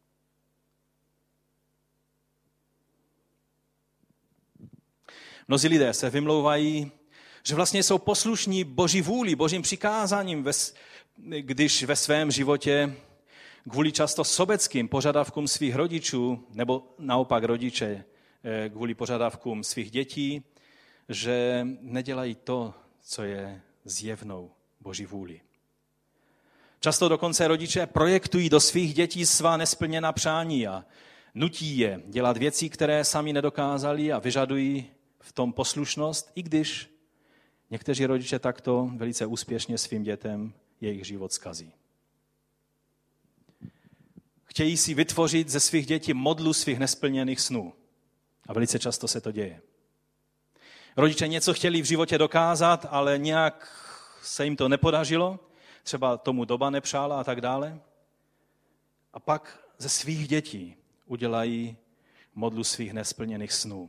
Mnozí lidé se vymlouvají, že vlastně jsou poslušní Boží vůli, Božím přikázáním, když ve svém životě kvůli často sobeckým požadavkům svých rodičů, nebo naopak rodiče kvůli požadavkům svých dětí, že nedělají to, co je zjevnou Boží vůli. Často dokonce rodiče projektují do svých dětí svá nesplněná přání a nutí je dělat věci, které sami nedokázali a vyžadují v tom poslušnost, i když někteří rodiče takto velice úspěšně svým dětem jejich život zkazí. Chtějí si vytvořit ze svých dětí modlu svých nesplněných snů. A velice často se to děje. Rodiče něco chtěli v životě dokázat, ale nějak se jim to nepodařilo. Třeba tomu doba nepřála a tak dále. A pak ze svých dětí udělají modlu svých nesplněných snů.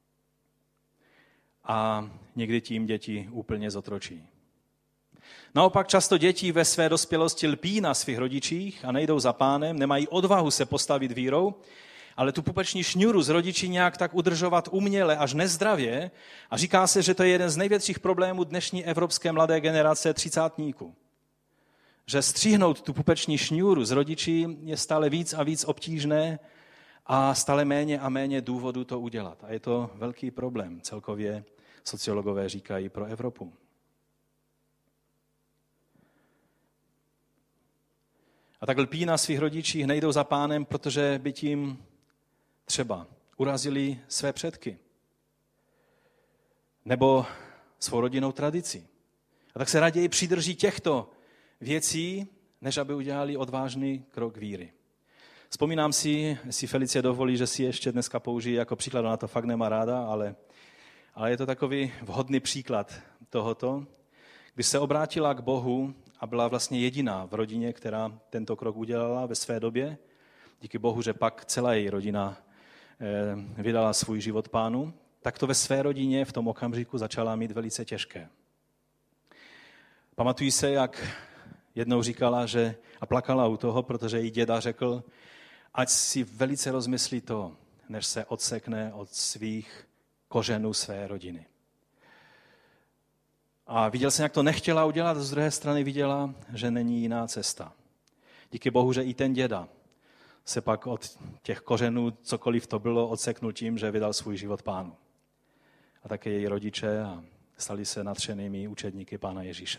A někdy tím děti úplně zotročí. Naopak často děti ve své dospělosti lpí na svých rodičích a nejdou za Pánem, nemají odvahu se postavit vírou, ale tu pupeční šňůru z rodičí nějak tak udržovat uměle až nezdravě a říká se, že to je jeden z největších problémů dnešní evropské mladé generace třicátníků. Že stříhnout tu pupeční šňůru z rodičí je stále víc a víc obtížné a stále méně a méně důvodů to udělat. A je to velký problém, celkově sociologové říkají, pro Evropu. A tak lpí na svých rodičích, nejdou za Pánem, protože by tím třeba urazili své předky nebo svou rodinnou tradici. A tak se raději přidrží těchto věcí, než aby udělali odvážný krok víry. Vzpomínám si, jestli Felicie dovolí, že si ještě dneska použiji jako příklad, ona to fakt nemá ráda, ale je to takový vhodný příklad tohoto, když se obrátila k Bohu a byla vlastně jediná v rodině, která tento krok udělala ve své době. Díky Bohu, že pak celá její rodina vydala svůj život Pánu, tak to ve své rodině v tom okamžiku začala mít velice těžké. Pamatuji se, jak jednou říkala, a plakala u toho, protože jí děda řekl, ať si velice rozmyslí to, než se odsekne od svých kořenů své rodiny. A viděl jsem, jak to nechtěla udělat, z druhé strany viděla, že není jiná cesta. Díky Bohu, že i ten děda se pak od těch kořenů, cokoliv to bylo, odseknul tím, že vydal svůj život Pánu. A také její rodiče a stali se nadšenými učedníky Pána Ježíše.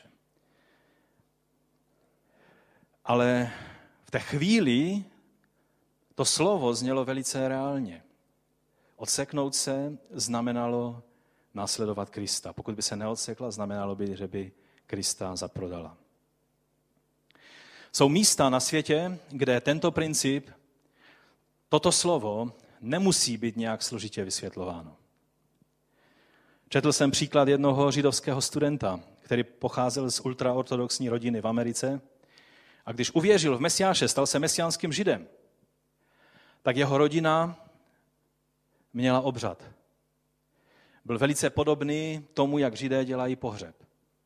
Ale v té chvíli to slovo znělo velice reálně. Odseknout se znamenalo následovat Krista. Pokud by se neodsekla, znamenalo by, že by Krista zaprodala. Jsou místa na světě, kde tento princip, toto slovo nemusí být nějak složitě vysvětlováno. Četl jsem příklad jednoho židovského studenta, který pocházel z ultraortodoxní rodiny v Americe a když uvěřil v Mesiáše, stal se mesiánským židem, tak jeho rodina měla obřad. Byl velice podobný tomu, jak Židé dělají pohřeb.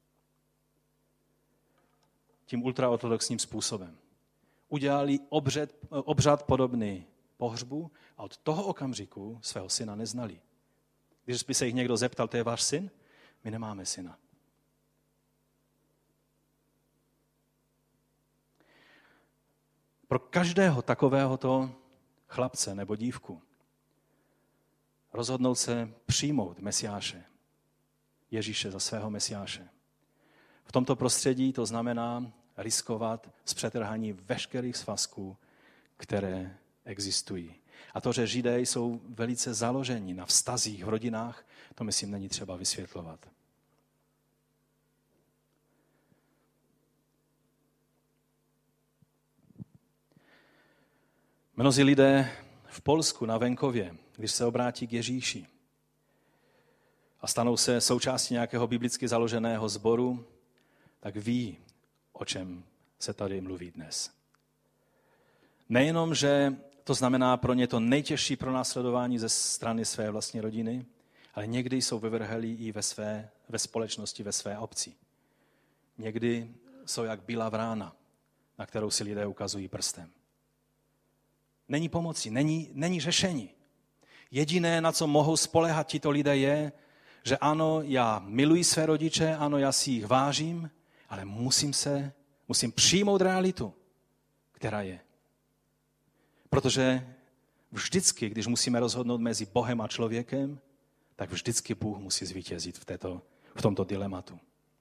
Tím ultraortodoxním způsobem. Udělali obřad podobný pohřbu a od toho okamžiku svého syna neznali. Když by se jich někdo zeptal, to je váš syn? My nemáme syna. Pro každého takovéhoto chlapce nebo dívku rozhodnout se přijmout Mesiáše, Ježíše za svého Mesiáše. V tomto prostředí to znamená riskovat zpřetrhání veškerých svazků, které existují. A to, že Židé jsou velice založeni na vztazích v rodinách, to myslím není třeba vysvětlovat. Mnozí lidé v Polsku na venkově, když se obrátí k Ježíši a stanou se součástí nějakého biblicky založeného sboru, tak ví, o čem se tady mluví dnes. Nejenom, že to znamená pro ně to nejtěžší pronásledování ze strany své vlastní rodiny, ale někdy jsou vyvrhelí i ve společnosti, ve své obci. Někdy jsou jak bílá vrána, na kterou si lidé ukazují prstem. Není pomoci, není řešení. Jediné, na co mohou spoléhat tito lidé, je, že ano, já miluji své rodiče, ano, já si jich vážím, ale musím přijmout realitu, která je. Protože vždycky, když musíme rozhodnout mezi Bohem a člověkem, tak vždycky Bůh musí zvítězit v tomto dilematu.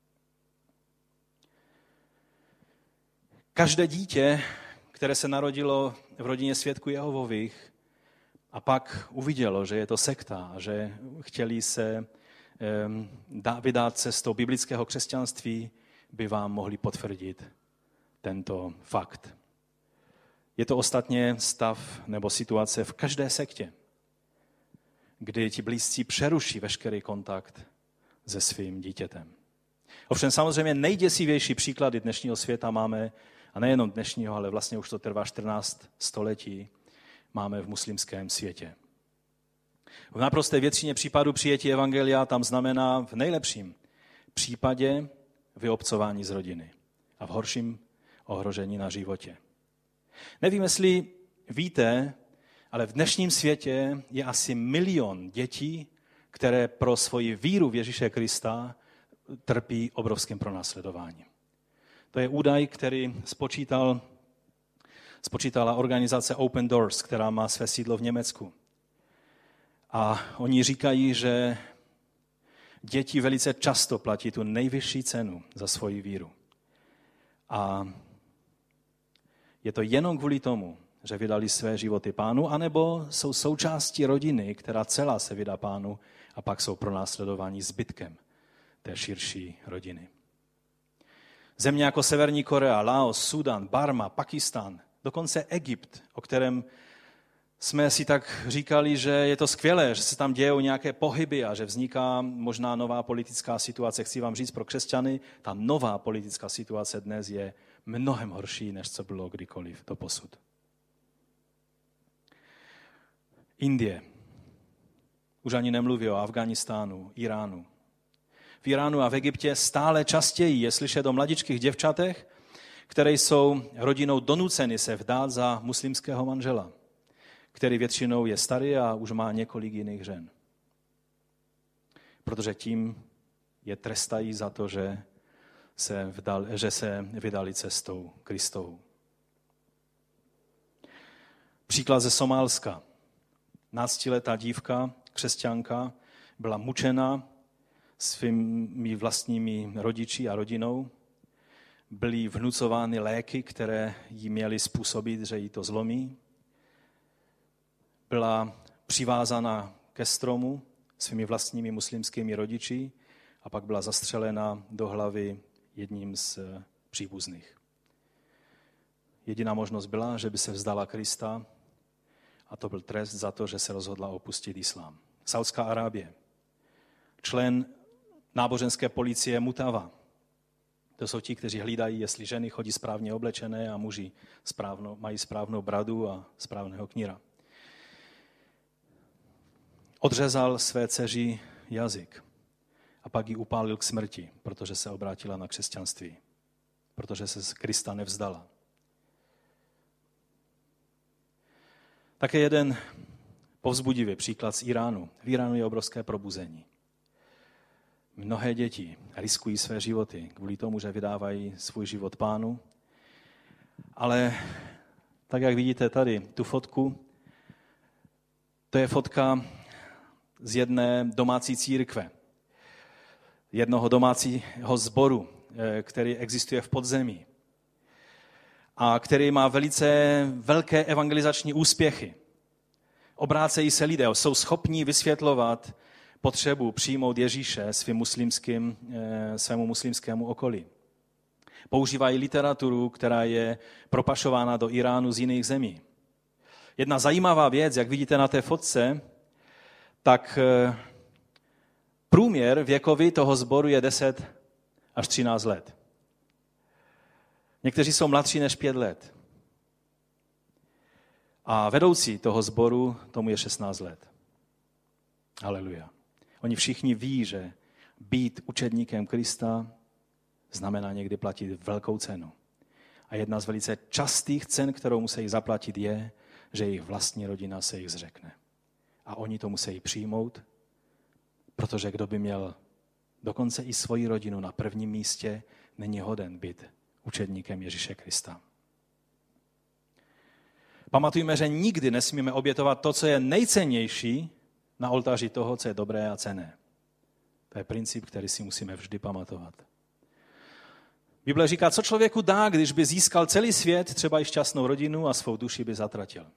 Každé dítě, které se narodilo v rodině svědků Jehovových a pak uvidělo, že je to sekta a že chtěli se vydat cestou biblického křesťanství, by vám mohli potvrdit tento fakt. Je to ostatně stav nebo situace v každé sektě, kdy ti blízcí přeruší veškerý kontakt se svým dítětem. Ovšem samozřejmě nejděsivější příklady dnešního světa máme, a nejenom dnešního, ale vlastně už to trvá 14 století, máme v muslimském světě. V naprosté většině případů přijetí evangelia tam znamená v nejlepším případě vyobcování z rodiny a v horším ohrožení na životě. Nevím, jestli víte, ale v dnešním světě je asi 1 milion dětí, které pro svoji víru v Ježíše Krista trpí obrovským pronásledováním. To je údaj, který spočítala organizace Open Doors, která má své sídlo v Německu. A oni říkají, že děti velice často platí tu nejvyšší cenu za svoji víru. A je to jenom kvůli tomu, že vydali své životy Pánu, anebo jsou součástí rodiny, která celá se vydá Pánu a pak jsou pronásledováni zbytkem té širší rodiny. Země jako Severní Korea, Laos, Sudan, Barma, Pakistán, dokonce Egypt, o kterém jsme si tak říkali, že je to skvělé, že se tam dějou nějaké pohyby a že vzniká možná nová politická situace. Chci vám říct pro křesťany, ta nová politická situace dnes je mnohem horší, než co bylo kdykoliv doposud. Indie. Už ani nemluví o Afghánistánu, Iránu. V Iránu a v Egyptě stále častěji je slyšet o mladičkých děvčatech, které jsou rodinou donuceny se vdát za muslimského manžela, který většinou je starý a už má několik jiných žen. Protože tím je trestají za to, že se vydali cestou Kristovou. Příklad ze Somálska. 12letá dívka, křesťanka, byla mučena svými vlastními rodiči a rodinou. Byly vnucovány léky, které jí měly způsobit, že jí to zlomí. Byla přivázána ke stromu svými vlastními muslimskými rodiči a pak byla zastřelena do hlavy jedním z příbuzných. Jediná možnost byla, že by se vzdala Krista a to byl trest za to, že se rozhodla opustit islám. Saudská Arábie. Člen náboženské policie Mutawa. To jsou ti, kteří hlídají, jestli ženy chodí správně oblečené a muži mají správnou bradu a správného kníra. Odřezal své dceři jazyk a pak ji upálil k smrti, protože se obrátila na křesťanství, protože se z Krista nevzdala. Také jeden povzbudivý příklad z Iránu. V Iránu je obrovské probuzení. Mnohé děti riskují své životy kvůli tomu, že vydávají svůj život Pánu. Ale tak, jak vidíte tady tu fotku, to je fotka z jedné domácí církve, jednoho domácího sboru, který existuje v podzemí a který má velice velké evangelizační úspěchy. Obrácejí se lidé, jsou schopní vysvětlovat potřebu přijmout Ježíše svému muslimskému okolí. Používají literaturu, která je propašována do Iránu z jiných zemí. Jedna zajímavá věc, jak vidíte na té fotce, tak průměr věkový toho sboru je 10 až 13 let. Někteří jsou mladší než 5 let. A vedoucí toho sboru, tomu je 16 let. Haleluja. Oni všichni ví, že být učedníkem Krista znamená někdy platit velkou cenu. A jedna z velice častých cen, kterou musí zaplatit, je, že jejich vlastní rodina se jich zřekne. A oni to musí přijmout, protože kdo by měl dokonce i svoji rodinu na prvním místě, není hoden být učedníkem Ježíše Krista. Pamatujme, že nikdy nesmíme obětovat to, co je nejcennější, na oltáři toho, co je dobré a cenné. To je princip, který si musíme vždy pamatovat. Bible říká, co člověku dá, když by získal celý svět, třeba i šťastnou rodinu a svou duši by zatratil.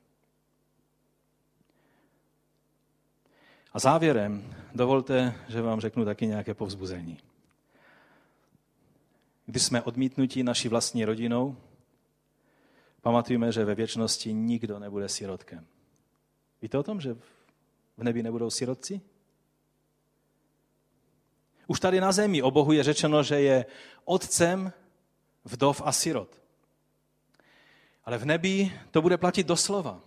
A závěrem dovolte, že vám řeknu taky nějaké povzbuzení. Když jsme odmítnutí naší vlastní rodinou, pamatujme, že ve věčnosti nikdo nebude sirotkem. Víte o tom, že v nebi nebudou sirotci? Už tady na zemi o Bohu je řečeno, že je otcem vdov a sirot. Ale v nebi to bude platit doslova.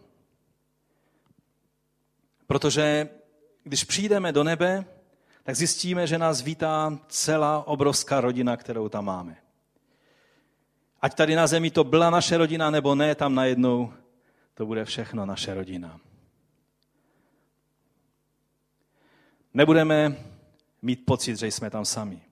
Protože když přijdeme do nebe, tak zjistíme, že nás vítá celá obrovská rodina, kterou tam máme. Ať tady na zemi to byla naše rodina, nebo ne, tam najednou to bude všechno naše rodina. Nebudeme mít pocit, že jsme tam sami.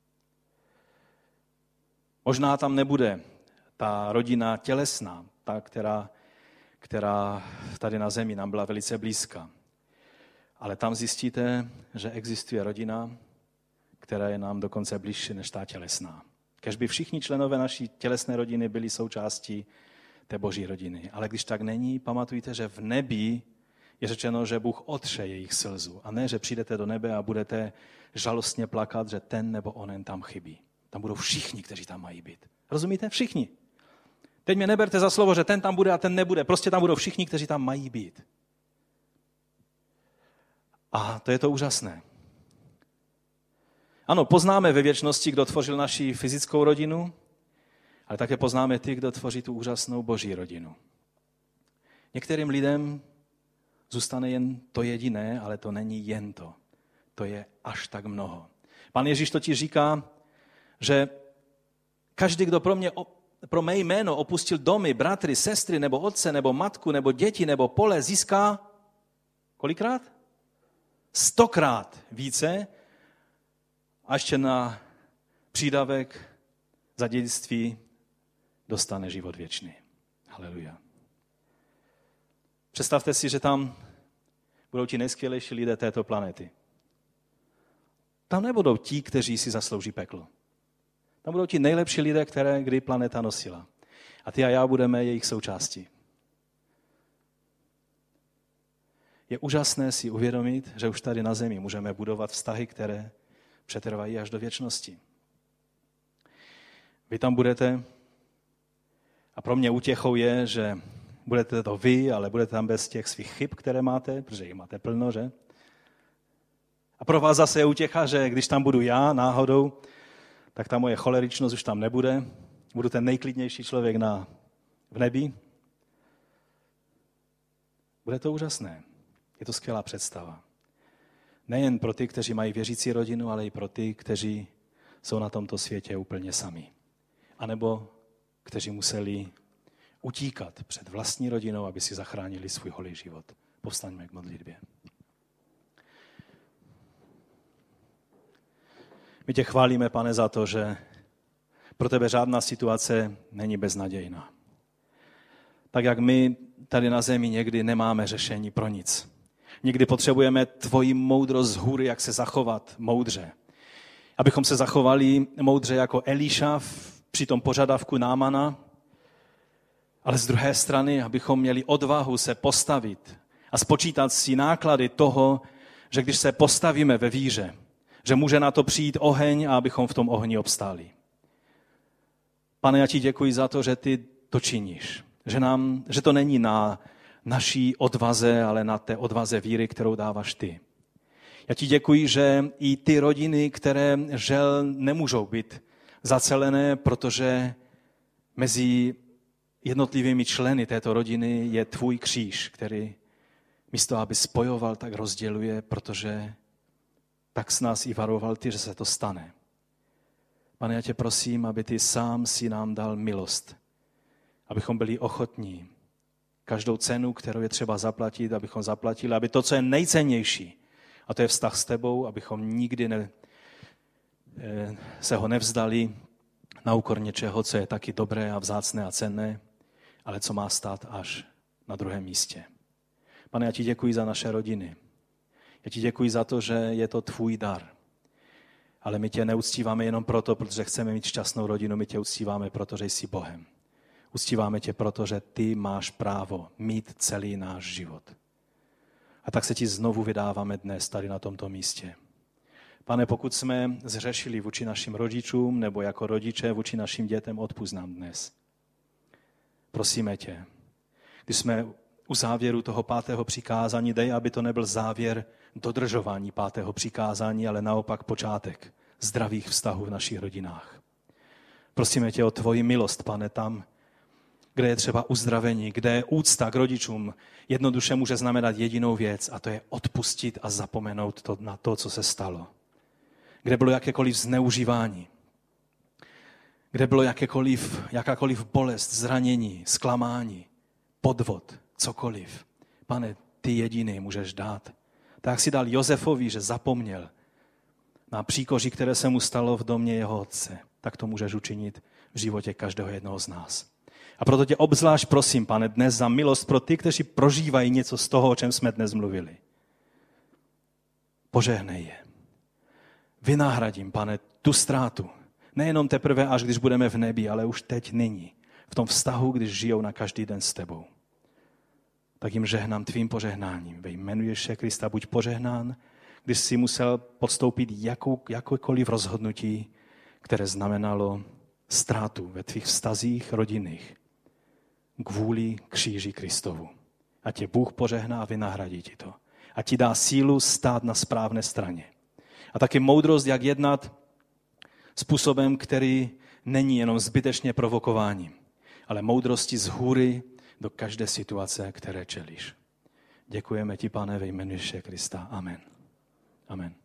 Možná tam nebude ta rodina tělesná, ta, která tady na zemi nám byla velice blízká. Ale tam zjistíte, že existuje rodina, která je nám dokonce blížší než ta tělesná. Kéž by všichni členové naší tělesné rodiny byli součástí té boží rodiny. Ale když tak není, pamatujte, že v nebi je řečeno, že Bůh otře jejich slzu. A ne, že přijdete do nebe a budete žalostně plakat, že ten nebo onen tam chybí. Tam budou všichni, kteří tam mají být. Rozumíte? Všichni. Teď mě neberte za slovo, že ten tam bude a ten nebude. Prostě tam budou všichni, kteří tam mají být. A to je to úžasné. Ano, poznáme ve věčnosti, kdo tvořil naši fyzickou rodinu, ale také poznáme ty, kdo tvoří tu úžasnou boží rodinu. Některým lidem zůstane jen to jediné, ale to není jen to. To je až tak mnoho. Pan Ježíš totiž říká, že každý, kdo pro mé jméno opustil domy, bratry, sestry, nebo otce, nebo matku, nebo děti, nebo pole, získá kolikrát? 100krát více a ještě na přídavek za dědictví dostane život věčný. Haleluja. Představte si, že tam budou ti nejskvělejší lidé této planety. Tam nebudou ti, kteří si zaslouží peklo. Tam budou ti nejlepší lidé, které kdy planeta nosila. A ty a já budeme jejich součástí. Je úžasné si uvědomit, že už tady na zemi můžeme budovat vztahy, které přetrvají až do věčnosti. Vy tam budete a pro mě útěchou je, že budete to vy, ale budete tam bez těch svých chyb, které máte, protože jich máte plno, že? A pro vás zase je útěcha, že když tam budu já náhodou, tak ta moje choleričnost už tam nebude. Budu ten nejklidnější člověk v nebi. Bude to úžasné. Je to skvělá představa. Nejen pro ty, kteří mají věřící rodinu, ale i pro ty, kteří jsou na tomto světě úplně sami. A nebo kteří museli utíkat před vlastní rodinou, aby si zachránili svůj holý život. Povstaňme k modlitbě. My tě chválíme, Pane, za to, že pro tebe žádná situace není beznadějná. Tak jak my tady na zemi někdy nemáme řešení pro nic. Někdy potřebujeme tvoji moudrost z hůry, jak se zachovat moudře. Abychom se zachovali moudře jako Eliša při tom požadavku Námana, ale z druhé strany, abychom měli odvahu se postavit a spočítat si náklady toho, že když se postavíme ve víře, že může na to přijít oheň a abychom v tom ohni obstáli. Pane, já ti děkuji za to, že ty to činíš. Že to není na naší odvaze, ale na té odvaze víry, kterou dáváš ty. Já ti děkuji, že i ty rodiny, které žel nemůžou být zacelené, protože mezi jednotlivými členy této rodiny je tvůj kříž, který místo, aby spojoval, tak rozděluje, protože tak s nás i varoval ty, že se to stane. Pane, já tě prosím, aby ty sám si nám dal milost, abychom byli ochotní každou cenu, kterou je třeba zaplatit, abychom zaplatili, aby to, co je nejcennější, a to je vztah s tebou, abychom nikdy se ho nevzdali na úkor něčeho, co je taky dobré a vzácné a cenné, ale co má stát až na druhém místě. Pane, já ti děkuji za naše rodiny. Já ti děkuji za to, že je to tvůj dar. Ale my tě neuctíváme jenom proto, protože chceme mít šťastnou rodinu, my tě uctíváme, protože jsi Bohem. Uctíváme tě proto, že ty máš právo mít celý náš život. A tak se ti znovu vydáváme dnes tady na tomto místě. Pane, pokud jsme zřešili vůči našim rodičům nebo jako rodiče vůči našim dětem, odpusť nám dnes. Prosíme tě, když jsme u závěru toho 5. přikázání, dej, aby to nebyl závěr dodržování 5. přikázání, ale naopak počátek zdravých vztahů v našich rodinách. Prosíme tě o tvoji milost, Pane, tam, kde je třeba uzdravení, kde je úcta k rodičům, jednoduše může znamenat jedinou věc, a to je odpustit a zapomenout na to, co se stalo. Kde bylo jakékoliv zneužívání, kde bylo jakákoliv bolest, zranění, zklamání, podvod, cokoliv. Pane, ty jediný můžeš dát. Tak jak jsi dal Josefovi, že zapomněl na příkoří, které se mu stalo v domě jeho otce, tak to můžeš učinit v životě každého jednoho z nás. A proto tě obzvlášť prosím, Pane, dnes za milost pro ty, kteří prožívají něco z toho, o čem jsme dnes mluvili. Požehnej je. Vynahradím, Pane, tu ztrátu. Nejenom teprve, až když budeme v nebi, ale už teď nyní. V tom vztahu, když žijou na každý den s tebou. Tak jim žehnám tvým požehnáním. Ve jménu Ježíše Krista buď požehnán, když jsi musel podstoupit jakoukoliv rozhodnutí, které znamenalo ztrátu ve tvých vztazích rodinných kvůli kříži Kristovu. A tě Bůh požehná a vynahradí ti to. A ti dá sílu stát na správné straně. A taky moudrost, jak jednat způsobem, který není jenom zbytečně provokováním, ale moudrosti z hůry do každé situace, které čelíš. Děkujeme ti, Pane, ve jménu Ježíše Krista. Amen. Amen.